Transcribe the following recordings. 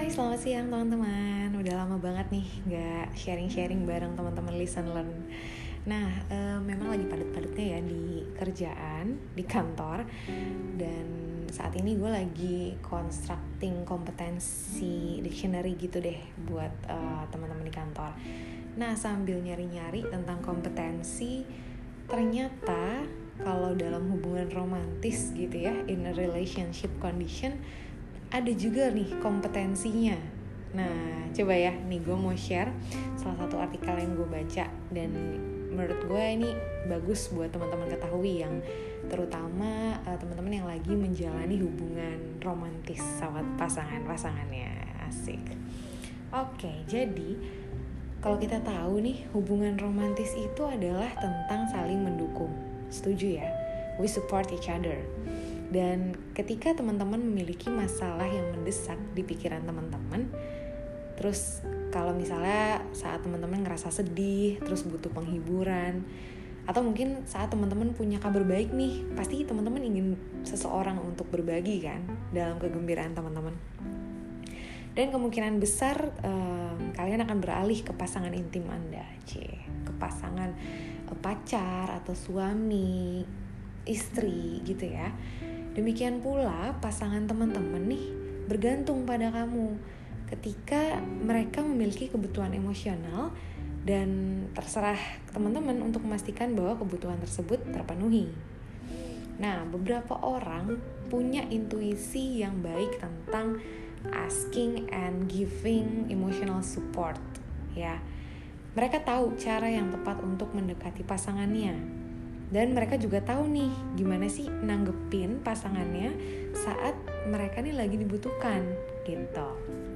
Selamat siang teman-teman. Udah lama banget nih gak sharing-sharing bareng teman-teman Listen Learn. Nah, memang lagi padat-padatnya ya di kerjaan, di kantor. Dan saat ini gue lagi constructing kompetensi dictionary gitu deh buat teman-teman di kantor. Nah, sambil nyari-nyari tentang kompetensi, ternyata kalau dalam hubungan romantis gitu ya, in a relationship condition, ada juga nih kompetensinya. Nah, coba ya, nih gue mau share salah satu artikel yang gue baca. Dan menurut gue ini bagus buat teman-teman ketahui, yang terutama teman-teman yang lagi menjalani hubungan romantis sama pasangannya. Asik. Oke, jadi kalau kita tahu nih, hubungan romantis itu adalah tentang saling mendukung. Setuju ya? We support each other. Dan ketika teman-teman memiliki masalah yang mendesak di pikiran teman-teman, terus kalau misalnya saat teman-teman ngerasa sedih, terus butuh penghiburan, atau mungkin saat teman-teman punya kabar baik nih, pasti teman-teman ingin seseorang untuk berbagi kan dalam kegembiraan teman-teman. Dan kemungkinan besar kalian akan beralih ke pasangan intim Anda, ke pasangan pacar atau suami, istri gitu ya. Demikian pula pasangan teman-teman nih bergantung pada kamu ketika mereka memiliki kebutuhan emosional, dan terserah teman-teman untuk memastikan bahwa kebutuhan tersebut terpenuhi. Nah, beberapa orang punya intuisi yang baik tentang asking and giving emotional support ya. Mereka tahu cara yang tepat untuk mendekati pasangannya. Dan mereka juga tahu nih gimana sih nanggepin pasangannya saat mereka nih lagi dibutuhkan gitu.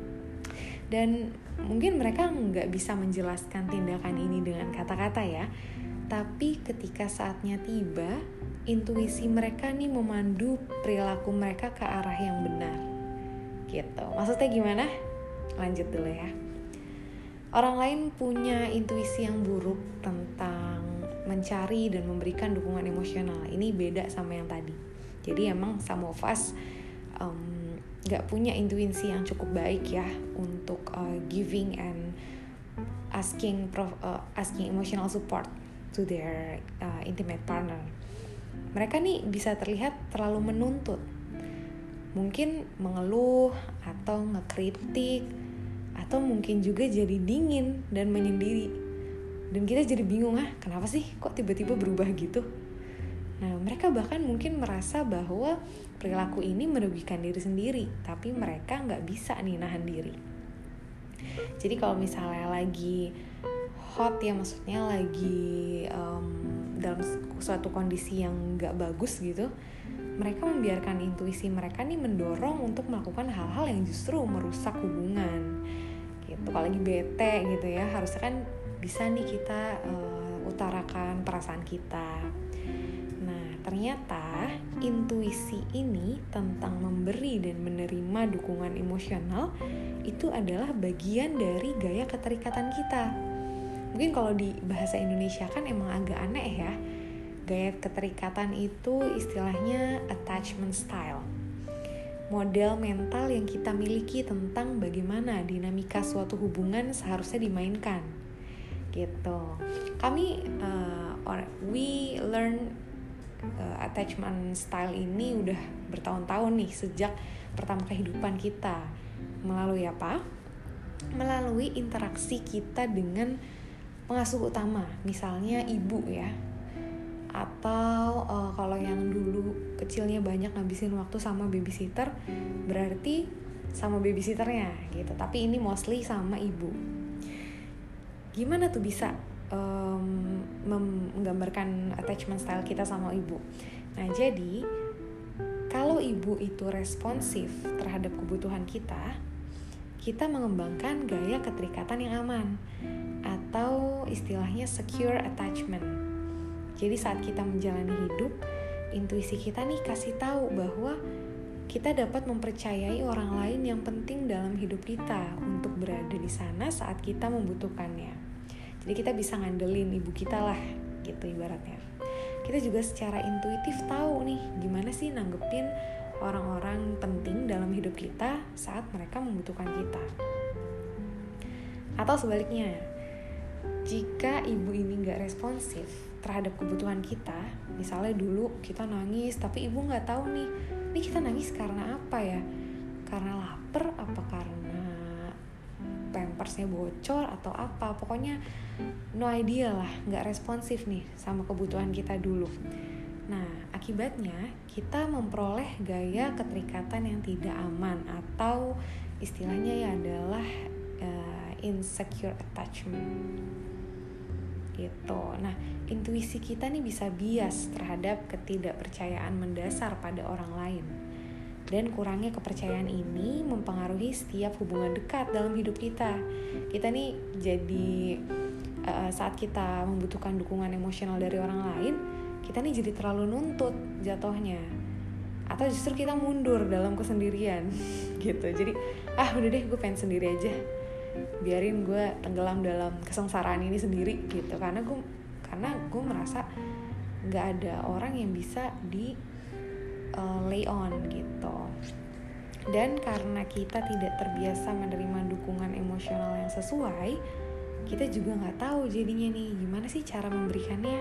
Dan mungkin mereka nggak bisa menjelaskan tindakan ini dengan kata-kata ya. Tapi ketika saatnya tiba, intuisi mereka nih memandu perilaku mereka ke arah yang benar gitu. Maksudnya gimana? Lanjut dulu ya. Orang lain punya intuisi yang buruk tentang mencari dan memberikan dukungan emosional. Ini beda sama yang tadi. Jadi emang some of us gak punya intuisi yang cukup baik ya untuk giving and asking emotional support to their intimate partner. Mereka nih bisa terlihat terlalu menuntut, mungkin mengeluh atau ngekritik, atau mungkin juga jadi dingin dan menyendiri. Dan kita jadi bingung, kenapa sih kok tiba-tiba berubah gitu? Nah, mereka bahkan mungkin merasa bahwa perilaku ini merugikan diri sendiri, tapi mereka nggak bisa nih nahan diri. Jadi kalau misalnya lagi hot ya, maksudnya lagi dalam suatu kondisi yang nggak bagus gitu, mereka membiarkan intuisi mereka nih mendorong untuk melakukan hal-hal yang justru merusak hubungan gitu. Kalau lagi bete gitu ya, harusnya kan bisa nih kita utarakan perasaan kita. Nah, ternyata intuisi ini tentang memberi dan menerima dukungan emosional itu adalah bagian dari gaya keterikatan kita. Mungkin kalau di bahasa Indonesia kan emang agak aneh ya. Gaya keterikatan itu istilahnya attachment style. Model mental yang kita miliki tentang bagaimana dinamika suatu hubungan seharusnya dimainkan. Gitu. We learn attachment style ini udah bertahun-tahun nih, sejak pertama kehidupan kita. Melalui apa? Melalui interaksi kita dengan pengasuh utama, misalnya ibu ya. Atau kalau yang dulu kecilnya banyak ngabisin waktu sama babysitter, berarti sama babysitternya gitu. Tapi ini mostly sama ibu. Gimana tuh bisa menggambarkan attachment style kita sama ibu? Nah, jadi kalau ibu itu responsif terhadap kebutuhan kita mengembangkan gaya keterikatan yang aman, atau istilahnya secure attachment. Jadi saat kita menjalani hidup, intuisi kita nih kasih tahu bahwa kita dapat mempercayai orang lain yang penting dalam hidup kita untuk berada di sana saat kita membutuhkannya. Jadi kita bisa ngandelin ibu kita lah, gitu ibaratnya. Kita juga secara intuitif tahu nih gimana sih nanggepin orang-orang penting dalam hidup kita saat mereka membutuhkan kita. Atau sebaliknya, jika ibu ini gak responsif terhadap kebutuhan kita, misalnya dulu kita nangis tapi ibu gak tahu nih, ini kita nangis karena apa ya? Karena lapar, apa karena pampersnya bocor atau apa? Pokoknya no idea lah, gak responsif nih sama kebutuhan kita dulu. Nah, akibatnya kita memperoleh gaya keterikatan yang tidak aman, atau istilahnya ya adalah insecure attachment gitu. Nah, intuisi kita nih bisa bias terhadap ketidakpercayaan mendasar pada orang lain. Dan kurangnya kepercayaan ini mempengaruhi setiap hubungan dekat dalam hidup kita. Kita nih jadi saat kita membutuhkan dukungan emosional dari orang lain, kita nih jadi terlalu nuntut jatuhnya. Atau justru kita mundur dalam kesendirian gitu. Jadi udah deh, gue pengen sendiri aja, biarin gue tenggelam dalam kesengsaraan ini sendiri gitu. Karena gue merasa nggak ada orang yang bisa di lay on gitu. Dan karena kita tidak terbiasa menerima dukungan emosional yang sesuai, kita juga nggak tahu jadinya nih gimana sih cara memberikannya.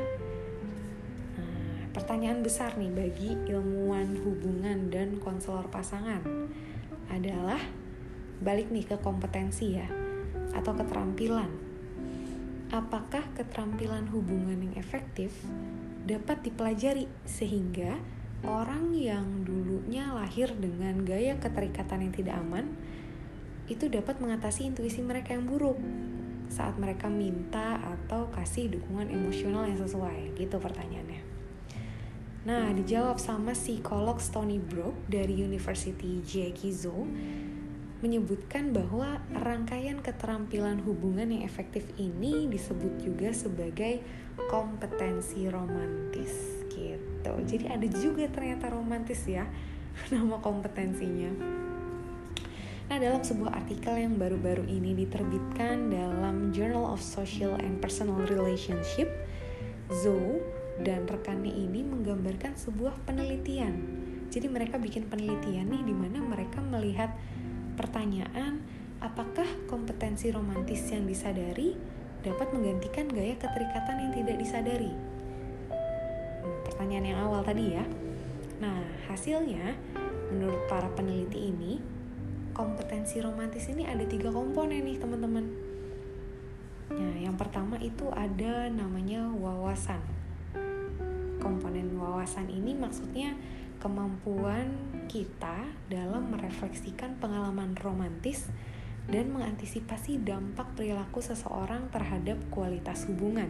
Nah, pertanyaan besar nih bagi ilmuwan hubungan dan konselor pasangan adalah balik nih ke kompetensi ya, atau keterampilan. Apakah keterampilan hubungan yang efektif dapat dipelajari sehingga orang yang dulunya lahir dengan gaya keterikatan yang tidak aman itu dapat mengatasi intuisi mereka yang buruk saat mereka minta atau kasih dukungan emosional yang sesuai? Gitu pertanyaannya. Nah, dijawab sama psikolog Stony Brook dari University Jekizo, menyebutkan bahwa rangkaian keterampilan hubungan yang efektif ini disebut juga sebagai kompetensi romantis gitu. Jadi ada juga ternyata romantis ya nama kompetensinya. Nah, dalam sebuah artikel yang baru-baru ini diterbitkan dalam Journal of Social and Personal Relationship, Zhou dan rekannya ini menggambarkan sebuah penelitian. Jadi mereka bikin penelitian nih di mana mereka melihat pertanyaan, apakah kompetensi romantis yang disadari dapat menggantikan gaya keterikatan yang tidak disadari? Pertanyaan yang awal tadi ya. Nah, hasilnya menurut para peneliti ini, kompetensi romantis ini ada 3 komponen nih teman-teman. Nah, yang pertama itu ada namanya wawasan. Komponen wawasan ini maksudnya kemampuan kita dalam merefleksikan pengalaman romantis dan mengantisipasi dampak perilaku seseorang terhadap kualitas hubungan.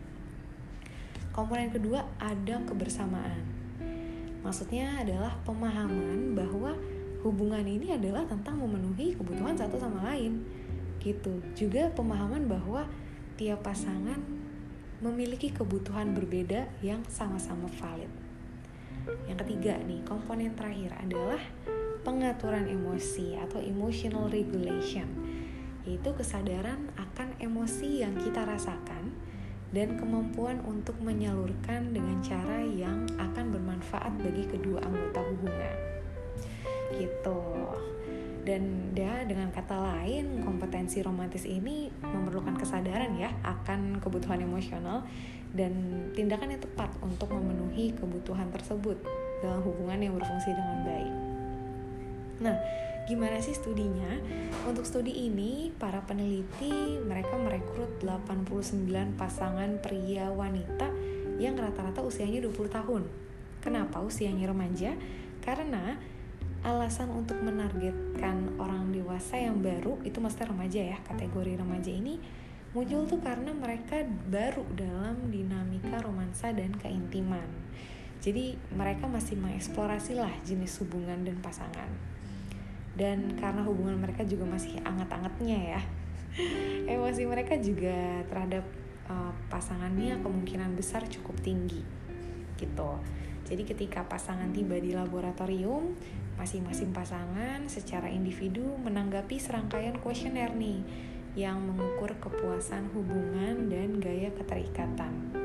Komponen kedua ada kebersamaan. Maksudnya adalah pemahaman bahwa hubungan ini adalah tentang memenuhi kebutuhan satu sama lain. Gitu. Juga pemahaman bahwa tiap pasangan memiliki kebutuhan berbeda yang sama-sama valid. Yang ketiga nih, komponen terakhir adalah pengaturan emosi atau emotional regulation, yaitu kesadaran akan emosi yang kita rasakan dan kemampuan untuk menyalurkan dengan cara yang akan bermanfaat bagi kedua anggota hubungan. Gitu. Dan dengan kata lain, kompetensi romantis ini memerlukan kesadaran ya akan kebutuhan emosional dan tindakan yang tepat untuk memenuhi kebutuhan tersebut dalam hubungan yang berfungsi dengan baik. Nah, gimana sih studinya? Untuk studi ini, para peneliti mereka merekrut 89 pasangan pria wanita yang rata-rata usianya 20 tahun. Kenapa usianya remaja? Karena alasan untuk menargetkan orang dewasa yang baru, itu maksudnya remaja ya, kategori remaja ini muncul tuh karena mereka baru dalam dinamika romansa dan keintiman. Jadi mereka masih mengeksplorasi lah jenis hubungan dan pasangan. Dan karena hubungan mereka juga masih anget-angetnya ya, emosi mereka juga terhadap pasangannya kemungkinan besar cukup tinggi gitu. Jadi ketika pasangan tiba di laboratorium, masing-masing pasangan secara individu menanggapi serangkaian kuesioner nih yang mengukur kepuasan hubungan dan gaya keterikatan.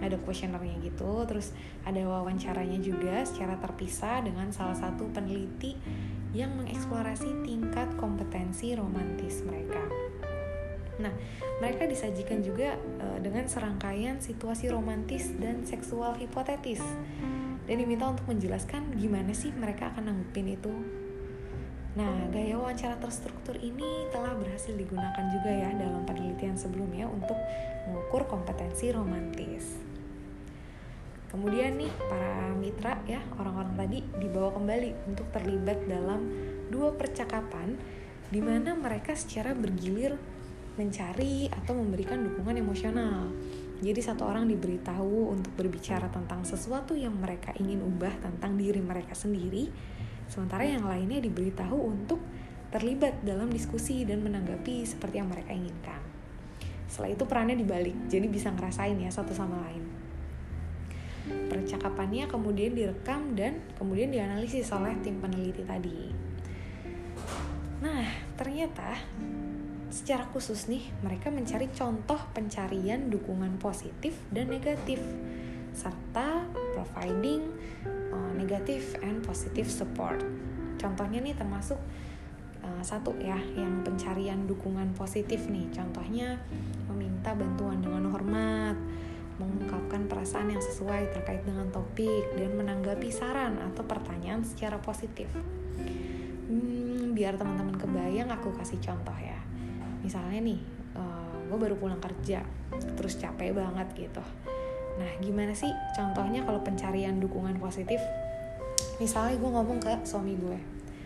ada kuesionernya gitu, terus ada wawancaranya juga secara terpisah dengan salah satu peneliti yang mengeksplorasi tingkat kompetensi romantis mereka. Nah, mereka disajikan juga dengan serangkaian situasi romantis dan seksual hipotetis, dan diminta untuk menjelaskan gimana sih mereka akan nanggepin itu. Nah, gaya wawancara terstruktur ini telah berhasil digunakan juga ya dalam penelitian sebelumnya untuk mengukur kompetensi romantis. Kemudian nih, para mitra ya, orang-orang tadi dibawa kembali untuk terlibat dalam 2 percakapan di mana mereka secara bergilir mencari atau memberikan dukungan emosional. Jadi satu orang diberitahu untuk berbicara tentang sesuatu yang mereka ingin ubah tentang diri mereka sendiri, sementara yang lainnya diberitahu untuk terlibat dalam diskusi dan menanggapi seperti yang mereka inginkan. Setelah itu perannya dibalik, jadi bisa ngerasain ya satu sama lain. Percakapannya kemudian direkam dan kemudian dianalisis oleh tim peneliti tadi. Nah, ternyata secara khusus nih, mereka mencari contoh pencarian dukungan positif dan negatif, serta providing negative and positive support. Contohnya nih termasuk satu ya, yang pencarian dukungan positif nih. Contohnya meminta bantuan dengan hormat, mengungkapkan perasaan yang sesuai terkait dengan topik, dan menanggapi saran atau pertanyaan secara positif. Biar teman-teman kebayang, aku kasih contoh ya. Misalnya nih, gue baru pulang kerja, terus capek banget gitu. Nah, gimana sih contohnya kalau pencarian dukungan positif? Misalnya gue ngomong ke suami gue,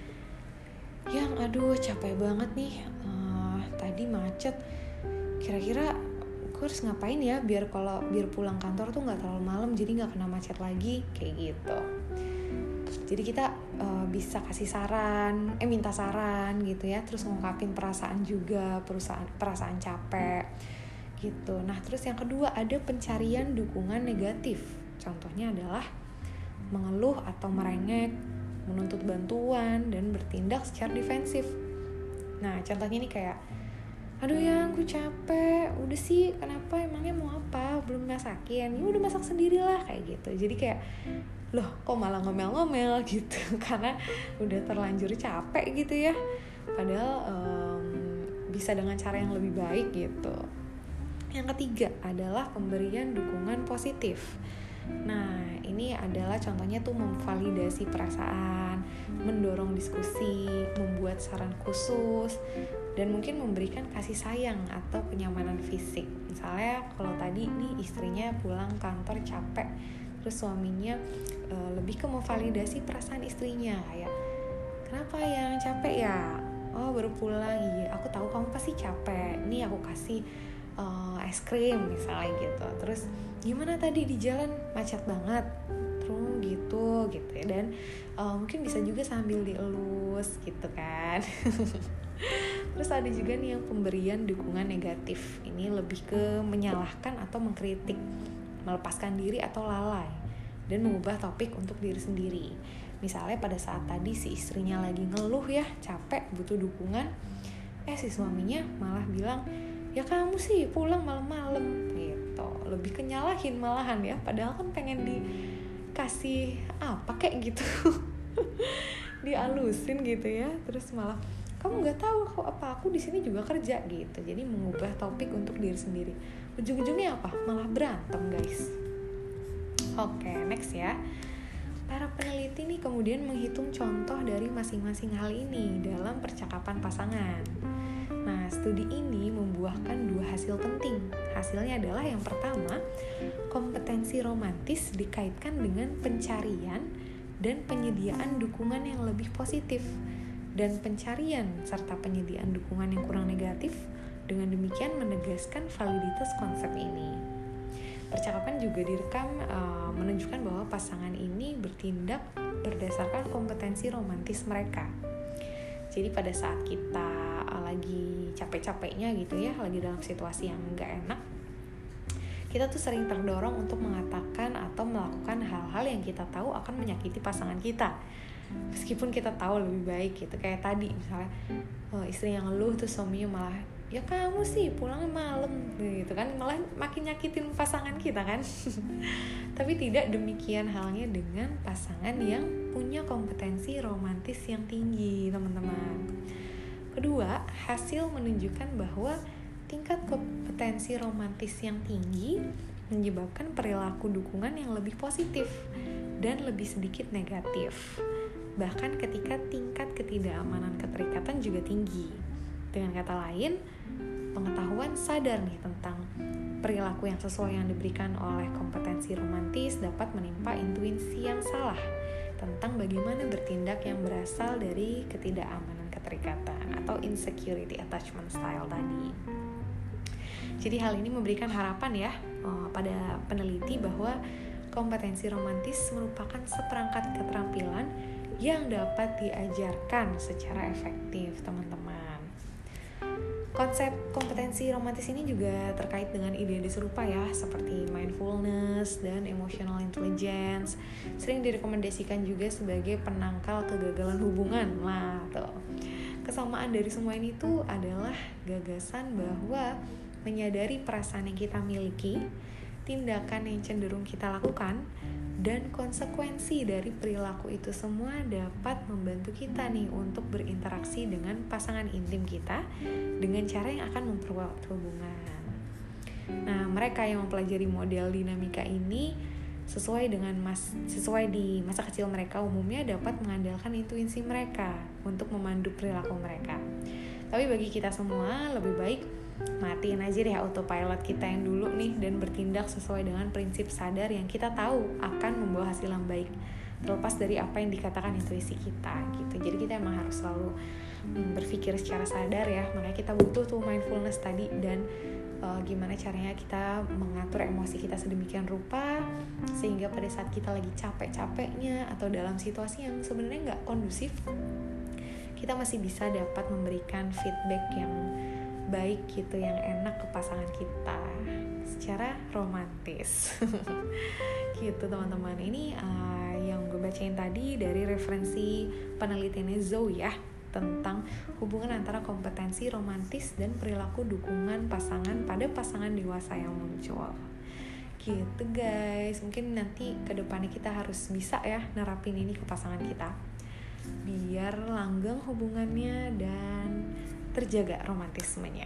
yang aduh capek banget nih, tadi macet, kira-kira gue harus ngapain ya biar pulang kantor tuh nggak terlalu malam, jadi nggak kena macet lagi, kayak gitu. Jadi kita bisa kasih saran, minta saran gitu ya, terus ngungkapin perasaan juga, perasaan capek gitu. Nah, terus yang kedua ada pencarian dukungan negatif. Contohnya adalah mengeluh atau merengek, menuntut bantuan, dan bertindak secara defensif. Nah, contohnya ini kayak, aduh yang gue capek, udah sih kenapa, emangnya mau apa, belum masakin, ya udah masak sendirilah, kayak gitu. Jadi kayak, loh kok malah ngomel-ngomel gitu, karena udah terlanjur capek gitu ya, padahal bisa dengan cara yang lebih baik gitu. Yang ketiga adalah pemberian dukungan positif. Nah, ini adalah contohnya tuh memvalidasi perasaan, mendorong diskusi, membuat saran khusus, dan mungkin memberikan kasih sayang atau kenyamanan fisik. Misalnya kalau tadi nih istrinya pulang kantor capek, terus suaminya lebih ke memvalidasi perasaan istrinya, kayak, kenapa yang capek ya? Oh baru pulang, iya aku tahu kamu pasti capek, nih aku kasih es krim misalnya gitu. Terus gimana tadi di jalan, macet banget, terus gitu ya. Dan mungkin bisa juga sambil dielus gitu kan. Terus ada juga nih yang pemberian dukungan negatif. Ini lebih ke menyalahkan atau mengkritik, melepaskan diri atau lalai, dan mengubah topik untuk diri sendiri. Misalnya pada saat tadi si istrinya lagi ngeluh ya, capek, butuh dukungan, si suaminya malah bilang, ya kamu sih pulang malam-malam gitu. Lebih kenyalahin malahan ya, padahal kan pengen dikasih apa kayak gitu. Dialusin gitu ya, terus malah kamu nggak tahu apa aku di sini juga kerja gitu. Jadi mengubah topik untuk diri sendiri. Ujung-ujungnya apa? Malah berantem guys. Oke, next ya. Para peneliti nih kemudian menghitung contoh dari masing-masing hal ini dalam percakapan pasangan. Nah, studi ini membuahkan 2 hasil penting. Hasilnya adalah yang pertama, kompetensi romantis dikaitkan dengan pencarian dan penyediaan dukungan yang lebih positif, dan pencarian serta penyediaan dukungan yang kurang negatif. Dengan demikian menegaskan validitas konsep ini. Percakapan juga direkam menunjukkan bahwa pasangan ini bertindak berdasarkan kompetensi romantis mereka. Jadi pada saat kita lagi capek-capeknya gitu ya, lagi dalam situasi yang gak enak, kita tuh sering terdorong untuk mengatakan atau melakukan hal-hal yang kita tahu akan menyakiti pasangan kita, meskipun kita tahu lebih baik gitu. Kayak tadi misalnya istri yang ngeluh terus suaminya malah ya kamu sih pulangnya malam gitu kan, malah makin nyakitin pasangan kita kan. Tapi tidak demikian halnya dengan pasangan yang punya kompetensi romantis yang tinggi, teman-teman. Kedua, hasil menunjukkan bahwa tingkat kompetensi romantis yang tinggi menyebabkan perilaku dukungan yang lebih positif dan lebih sedikit negatif, bahkan ketika tingkat ketidakamanan keterikatan juga tinggi. Dengan kata lain, pengetahuan sadar nih tentang perilaku yang sesuai yang diberikan oleh kompetensi romantis dapat menimpa intuisi yang salah tentang bagaimana bertindak yang berasal dari ketidakamanan keterikatan atau insecurity attachment style tadi. Jadi hal ini memberikan harapan ya pada peneliti bahwa kompetensi romantis merupakan seperangkat keterampilan yang dapat diajarkan secara efektif, teman-teman. Konsep kompetensi romantis ini juga terkait dengan ide-ide serupa ya, seperti mindfulness dan emotional intelligence. Sering direkomendasikan juga sebagai penangkal kegagalan hubungan. Nah, tuh. Kesamaan dari semua ini tuh adalah gagasan bahwa menyadari perasaan yang kita miliki, tindakan yang cenderung kita lakukan, dan konsekuensi dari perilaku itu semua dapat membantu kita nih untuk berinteraksi dengan pasangan intim kita dengan cara yang akan memperkuat hubungan. Nah, mereka yang mempelajari model dinamika ini sesuai di masa kecil mereka umumnya dapat mengandalkan intuisi mereka untuk memandu perilaku mereka. Tapi bagi kita semua lebih baik matiin aja deh autopilot kita yang dulu nih dan bertindak sesuai dengan prinsip sadar yang kita tahu akan membawa hasil yang baik, terlepas dari apa yang dikatakan intuisi kita gitu. Jadi kita emang harus selalu berpikir secara sadar ya, makanya kita butuh tuh mindfulness tadi dan gimana caranya kita mengatur emosi kita sedemikian rupa sehingga pada saat kita lagi capek-capeknya atau dalam situasi yang sebenarnya nggak kondusif, kita masih bisa dapat memberikan feedback yang baik gitu, yang enak ke pasangan kita secara romantis. Gitu teman-teman. Ini yang gue bacain tadi dari referensi penelitiannya Zoe ya, tentang hubungan antara kompetensi romantis dan perilaku dukungan pasangan pada pasangan dewasa yang muncul. Gitu guys, mungkin nanti kedepannya kita harus bisa ya nerapin ini ke pasangan kita biar langgeng hubungannya dan terjaga romantismenya.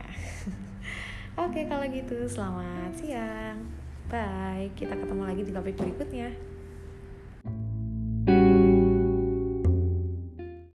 Oke, kalau gitu selamat siang. Bye. Kita ketemu lagi di topik berikutnya.